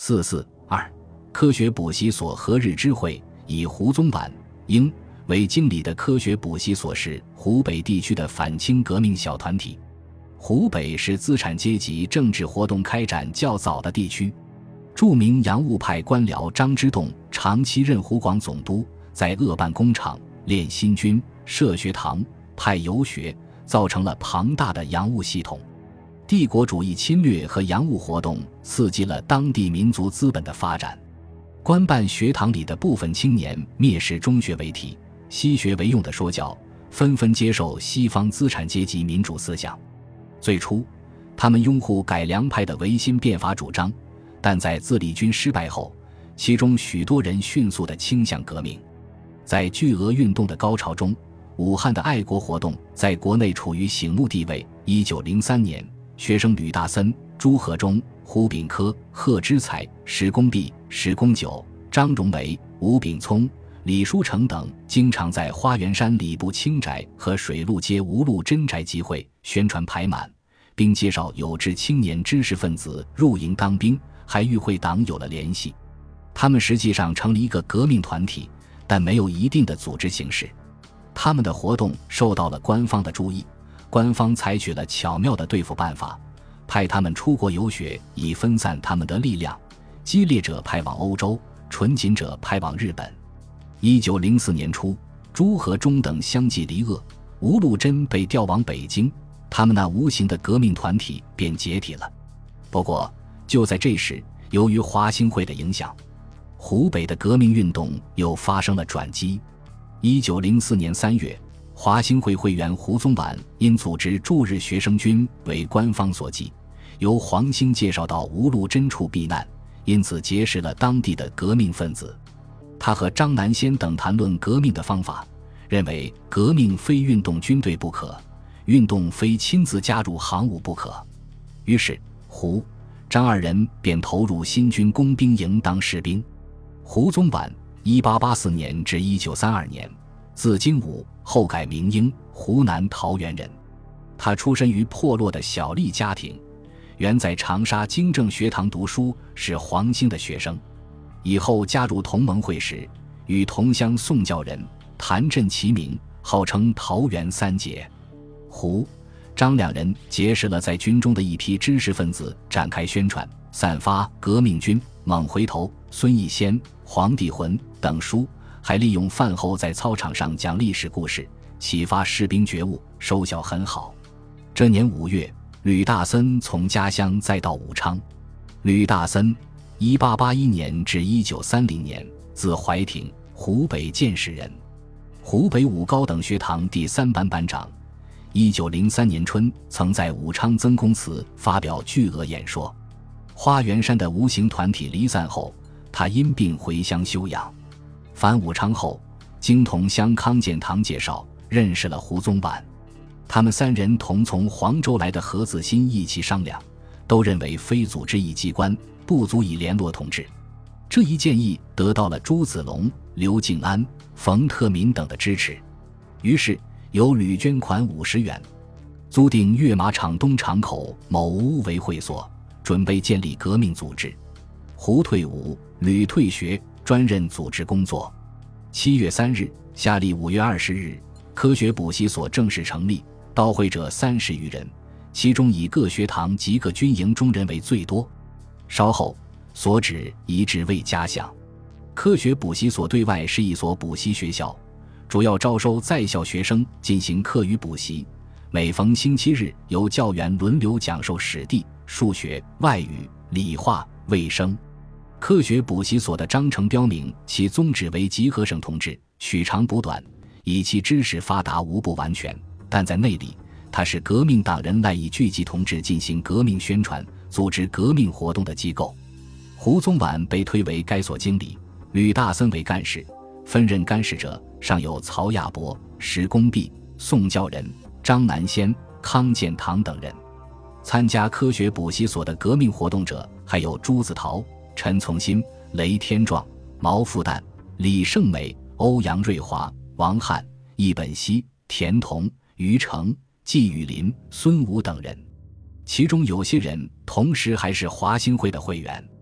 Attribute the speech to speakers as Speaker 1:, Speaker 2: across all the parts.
Speaker 1: 442科学补习所何日之会，以胡宗婉、英为经理的科学补习所是湖北地区的反清革命小团体。湖北是资产阶级政治活动开展较早的地区。著名洋务派官僚张之洞长期任湖广总督，在鄂办工厂、练新军、设学堂、派游学，造成了庞大的洋务系统。帝国主义侵略和洋务活动刺激了当地民族资本的发展。官办学堂里的部分青年蔑视中学为体、西学为用的说教，纷纷接受西方资产阶级民主思想。最初，他们拥护改良派的维新变法主张，但在自立军失败后，其中许多人迅速地倾向革命。在巨额运动的高潮中，武汉的爱国活动在国内处于醒目地位。1903年，学生吕大森、朱和忠、胡炳科、贺知才、石公弼、石公九、张荣维、吴炳聪、李书成等经常在花园山礼部清宅和水陆街吴路真宅集会，宣传排满，并介绍有志青年知识分子入营当兵，还与会党有了联系。他们实际上成了一个革命团体，但没有一定的组织形式。他们的活动受到了官方的注意，官方采取了巧妙的对付办法，派他们出国游学，以分散他们的力量，激烈者派往欧洲，纯谨者派往日本。1904年初，朱和忠等相继离鄂，吴禄贞被调往北京，他们那无形的革命团体便解体了。不过就在这时，由于华兴会的影响，湖北的革命运动又发生了转机。1904年3月，华兴会会员胡宗婉因组织驻日学生军为官方所忌，由黄兴介绍到吴禄贞处避难，因此结识了当地的革命分子。他和张南先等谈论革命的方法，认为革命非运动军队不可，运动非亲自加入行伍不可。于是胡、张二人便投入新军工兵营当士兵。胡宗婉1884年至1932年，字经武，后改名英，湖南桃源人。他出身于破落的小吏家庭，原在长沙经政学堂读书，是黄兴的学生。以后加入同盟会时，与同乡宋教人谭震齐名，号称桃园三杰。胡、张两人结识了在军中的一批知识分子，展开宣传，散发革命军、猛回头、孙逸仙、皇帝魂等书，还利用饭后在操场上讲历史故事，启发士兵觉悟，收效很好。这年5月，吕大森从家乡再到武昌。吕大森1881年至1930年，字怀挺，湖北建市人，湖北武高等学堂第3班班长。1903年春，曾在武昌曾公祠发表巨额演说。花园山的无形团体离散后，他因病回乡休养。返武昌后，经同乡康建堂介绍，认识了胡宗婉。他们3人同从黄州来的何自新一起商量，都认为非组织一机关不足以联络统治。这一建议得到了朱子龙、刘敬安、冯特民等的支持。于是由吕捐款50元，租定跃马场东场口某屋为会所，准备建立革命组织。胡退伍，吕退学，专任组织工作。7月3日，下历5月20日，科学补习所正式成立，到会者30余人，其中以各学堂及各军营中人为最多。稍后，所指移至魏家乡。科学补习所对外是一所补习学校，主要招收在校学生进行课余补习，每逢星期日由教员轮流讲授史地、数学、外语、理化、卫生。科学补习所的章程标明其宗旨为集合省同志，取长补短，以其知识发达无不完全，但在内里它是革命党人赖以聚集同志进行革命宣传、组织革命活动的机构。胡宗婉被推为该所经理，吕大森为干事，分任干事者尚有曹亚伯、石公弼、宋教仁、张南先、康建堂等人。参加科学补习所的革命活动者还有朱子陶、陈从新、雷天壮、毛复旦、李胜美、欧阳瑞华、王翰、易本熙、田同、于成、季雨林、孙武等人，其中有些人同时还是华兴会的会员。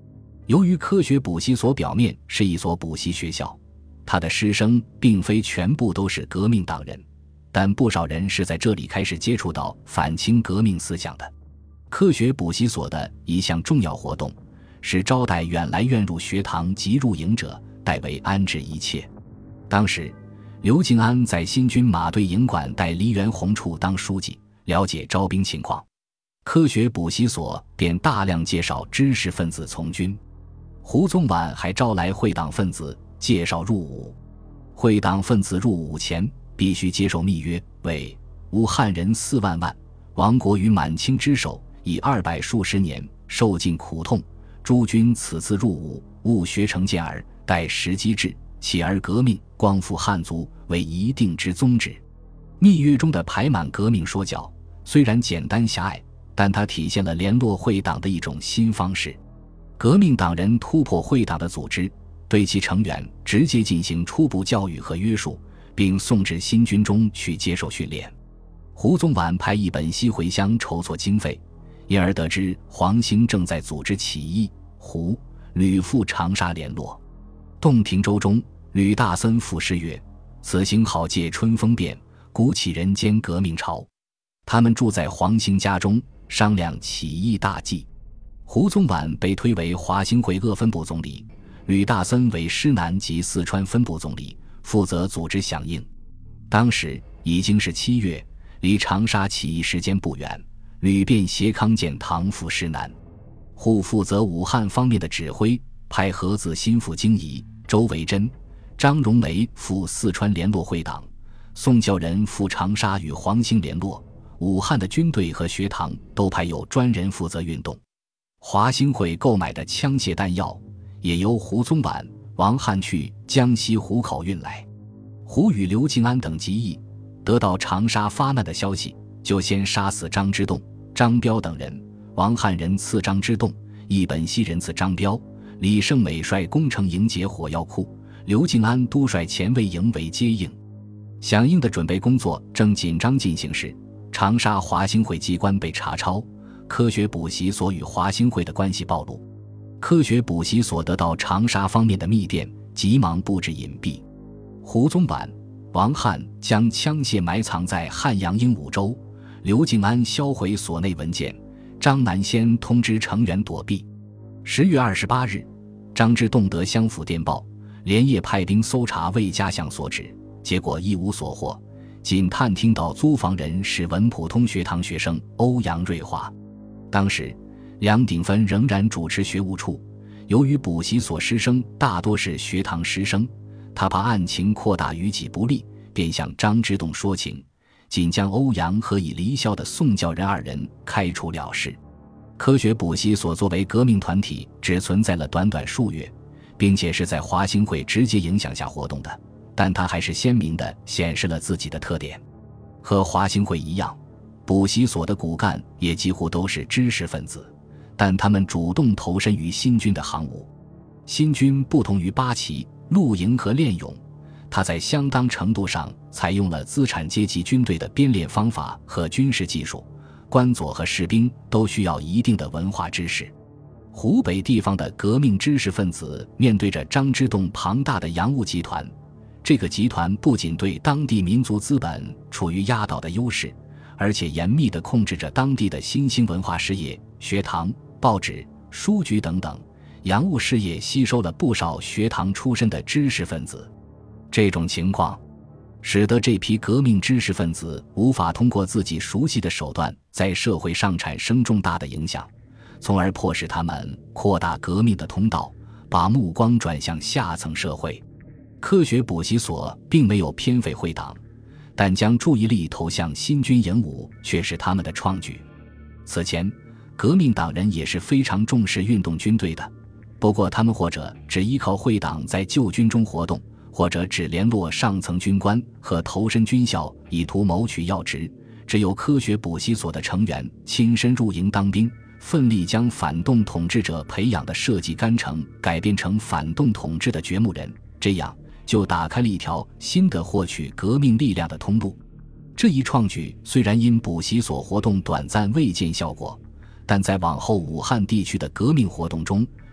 Speaker 1: 由于科学补习所表面是一所补习学校，他的师生并非全部都是革命党人，但不少人是在这里开始接触到反清革命思想的。科学补习所的一项重要活动是招待远来愿入学堂及入营者，代为安置一切。当时刘敬安在新军马队营馆代黎元洪处当书记，了解招兵情况，科学补习所便大量介绍知识分子从军。胡宗婉还招来会党分子介绍入伍，会党分子入伍前必须接受密约，为吾汉人4万，亡国于满清之手，以200数十年，受尽苦痛。诸君此次入伍，务学成见耳，待时机至，起而革命，光复汉族，为一定之宗旨。密约中的排满革命说教，虽然简单狭隘，但它体现了联络会党的一种新方式。革命党人突破会党的组织，对其成员直接进行初步教育和约束，并送至新军中去接受训练。胡宗婉派一本溪回乡筹措经费，因而得知黄兴正在组织起义，胡、吕赴长沙联络。洞庭州中，吕大森赋诗曰：此行好借春风变，鼓起人间革命潮。他们住在黄兴家中，商量起义大计。胡宗婉被推为华兴会鄂分部总理，吕大森为师南及四川分部总理，负责组织响应。当时已经是7月，离长沙起义时间不远，吕便携康健唐赴师南。胡负责武汉方面的指挥，派何子新赴京仪，周维珍、张荣梅赴四川联络会党，宋教仁赴长沙与黄兴联络。武汉的军队和学堂都派有专人负责运动。华兴会购买的枪械弹药也由胡宗婉、王汉去江西湖口运来。胡与刘敬安等集议，得到长沙发难的消息，就先杀死张之洞、张彪等人。王汉人刺张之洞，一本溪人刺张彪，李胜美率攻城营劫火药库，刘敬安督率前卫营为接应。响应的准备工作正紧张进行时，长沙华兴会机关被查抄，科学补习所与华兴会的关系暴露。科学补习所得到长沙方面的密电，急忙布置隐蔽。胡宗婉、王汉将枪械埋藏在汉阳鹦鹉洲，刘敬安销毁所内文件，张南先通知成员躲避。10月28日，张之洞得相府电报，连夜派兵搜查魏家巷所指，结果一无所获，仅探听到租房人是文普通学堂学生欧阳瑞华。当时梁鼎芬仍然主持学务处，由于补习所师生大多是学堂师生，他怕案情扩大于己不利，便向张之洞说情，仅将欧阳和已离校的宋教仁2人开除了事。科学补习所作为革命团体只存在了短短数月，并且是在华兴会直接影响下活动的，但它还是鲜明地显示了自己的特点。和华兴会一样，补习所的骨干也几乎都是知识分子，但他们主动投身于新军的行伍。新军不同于八旗、陆营和练勇，它在相当程度上采用了资产阶级军队的编练方法和军事技术，官佐和士兵都需要一定的文化知识。湖北地方的革命知识分子面对着张之洞庞大的洋务集团，这个集团不仅对当地民族资本处于压倒的优势，而且严密地控制着当地的新兴文化事业、学堂、报纸、书局等等。洋务事业吸收了不少学堂出身的知识分子，这种情况使得这批革命知识分子无法通过自己熟悉的手段在社会上产生重大的影响，从而迫使他们扩大革命的通道，把目光转向下层社会。科学补习所并没有偏废会党，但将注意力投向新军营伍却是他们的创举。此前革命党人也是非常重视运动军队的，不过他们或者只依靠会党在旧军中活动，或者只联络上层军官和投身军校以图谋取要职。只有科学补习所的成员亲身入营当兵，奋力将反动统治者培养的社稷干城改变成反动统治的掘墓人，这样就打开了一条新的获取革命力量的通路。这一创举虽然因补习所活动短暂未见效果，但在往后武汉地区的革命活动中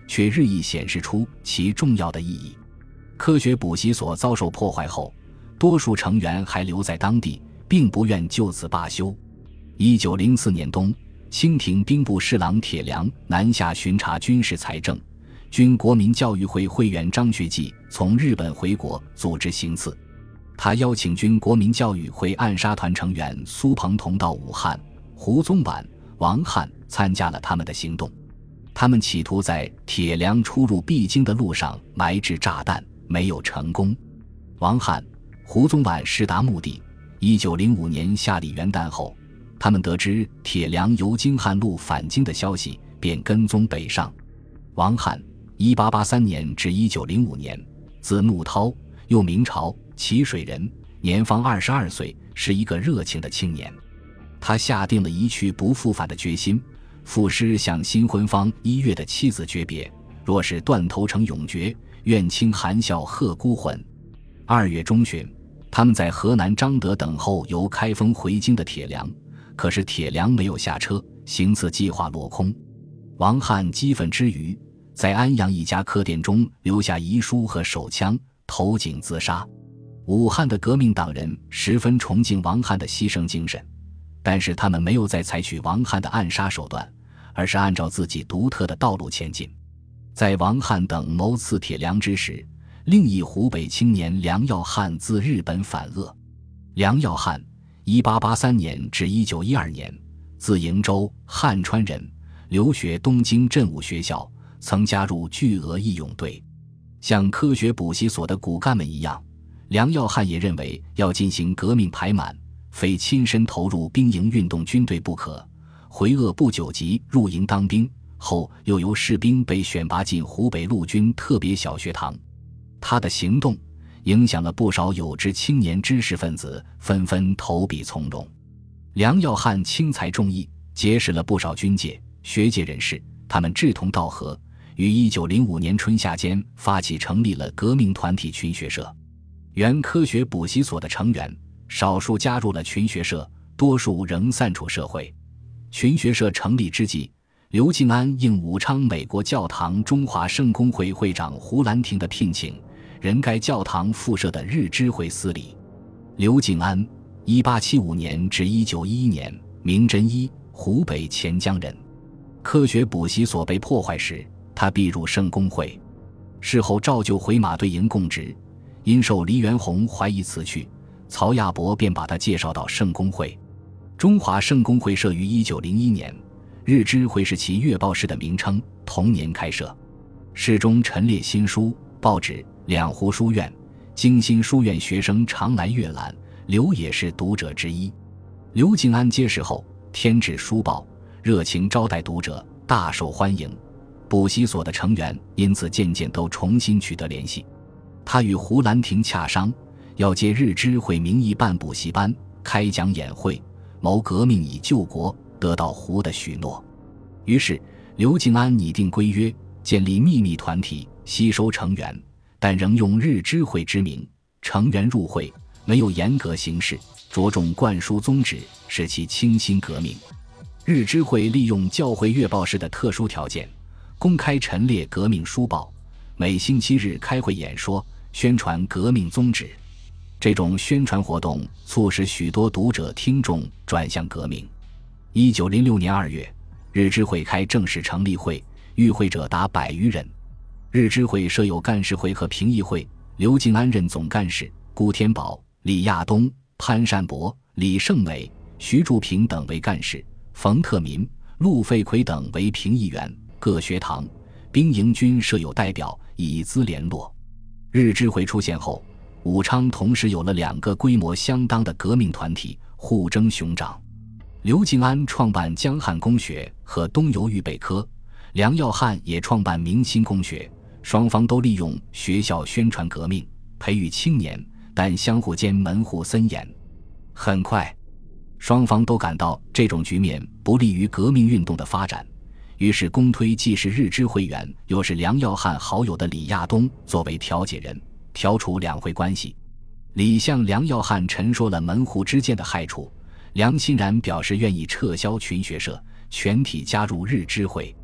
Speaker 1: 却日益显示出其重要的意义。科学补习所遭受破坏后，多数成员还留在当地，并不愿就此罢休。1904年冬，清廷兵部侍郎铁良南下巡查军事财政，军国民教育会会员张学骥从日本回国组织行刺。他邀请军国民教育会暗杀团成员苏鹏同到武汉，胡宗婉、王翰参加了他们的行动。他们企图在铁良出入必经的路上埋置炸弹，没有成功。王翰、胡宗婉识达目的。1905年夏历元旦后，他们得知铁良由京汉路返京的消息，便跟踪北上。王翰1883年至1905年，字怒涛，又名朝，祁水人，年方22岁，是一个热情的青年。他下定了一去不复返的决心，赋诗向新婚方1月的妻子诀别，若是断头成永诀，愿倾含笑贺孤魂。2月中旬，他们在河南张德等候由开封回京的铁良，可是铁良没有下车，行刺计划落空。王翰激愤之余，在安阳一家客店中留下遗书和手枪，投井自杀。武汉的革命党人十分崇敬王翰的牺牲精神，但是他们没有再采取王翰的暗杀手段，而是按照自己独特的道路前进。在王翰等谋刺铁良之时，另一湖北青年梁耀汉自日本返鄂。梁耀汉1883年至1912年，自营州汉川人，留学东京振武学校，曾加入巨额义勇队。像科学补习所的骨干们一样，梁耀汉也认为要进行革命排满，非亲身投入兵营运动军队不可。回鄂不久即入营当兵，后又由士兵被选拔进湖北陆军特别小学堂。他的行动影响了不少有志青年知识分子，纷纷投笔从戎。梁耀汉轻财重义，结识了不少军界、学界人士，他们志同道合，于1905年春夏间发起成立了革命团体群学社。原科学补习所的成员少数加入了群学社，多数仍散处社会。群学社成立之际，刘敬安应武昌美国教堂中华圣公会会长胡兰亭的聘请，任该教堂附设的日知会司礼。刘敬安1875年至1911年，名真一，湖北潜江人。科学补习所被破坏时，他避入圣公会，事后照旧回马队营供职。因受黎元洪怀疑辞去，曹亚伯便把他介绍到圣公会。中华圣公会设于1901年，日知会是其月报室的名称，同年开设。室中陈列新书、报纸，两湖书院、京新书院学生常来阅览，刘也是读者之一。刘敬安接仕后，添置书报，热情招待读者，大受欢迎。补习所的成员因此渐渐都重新取得联系。他与胡兰亭洽商，要借日知会名义办补习班，开讲演会，谋革命以救国，得到胡的许诺。于是刘敬安拟定规约，建立秘密团体，吸收成员，但仍用日知会之名。成员入会没有严格行事，着重灌输宗旨，使其倾心革命。日知会利用教会月报室的特殊条件，公开陈列革命书报，每星期日开会演说，宣传革命宗旨。这种宣传活动促使许多读者听众转向革命。1906年2月，日知会开正式成立会，与会者达100余人。日知会设有干事会和评议会，刘敬安任总干事，顾天宝、李亚东、潘善伯、李胜美、徐祝平等为干事，冯特民、陆费奎等为评议员。各学堂、兵营均设有代表，以资联络。日知会出现后，武昌同时有了2个规模相当的革命团体，互争熊掌。刘敬安创办江汉公学和东游预备科，梁耀汉也创办明清公学，双方都利用学校宣传革命，培育青年，但相互间门户森严。很快，双方都感到这种局面不利于革命运动的发展，于是公推既是日知会员又是梁耀汉好友的李亚东作为调解人，调处两会关系。李向梁耀汉陈说了门户之见的害处，梁欣然表示愿意撤销群学社，全体加入日知会。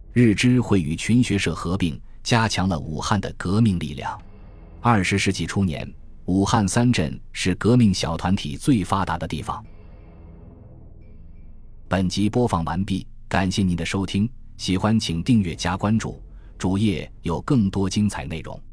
Speaker 1: 日知会与群学社合并，加强了武汉的革命力量。20世纪初年，武汉三镇是革命小团体最发达的地方。本集播放完毕，感谢您的收听，喜欢请订阅加关注，主页有更多精彩内容。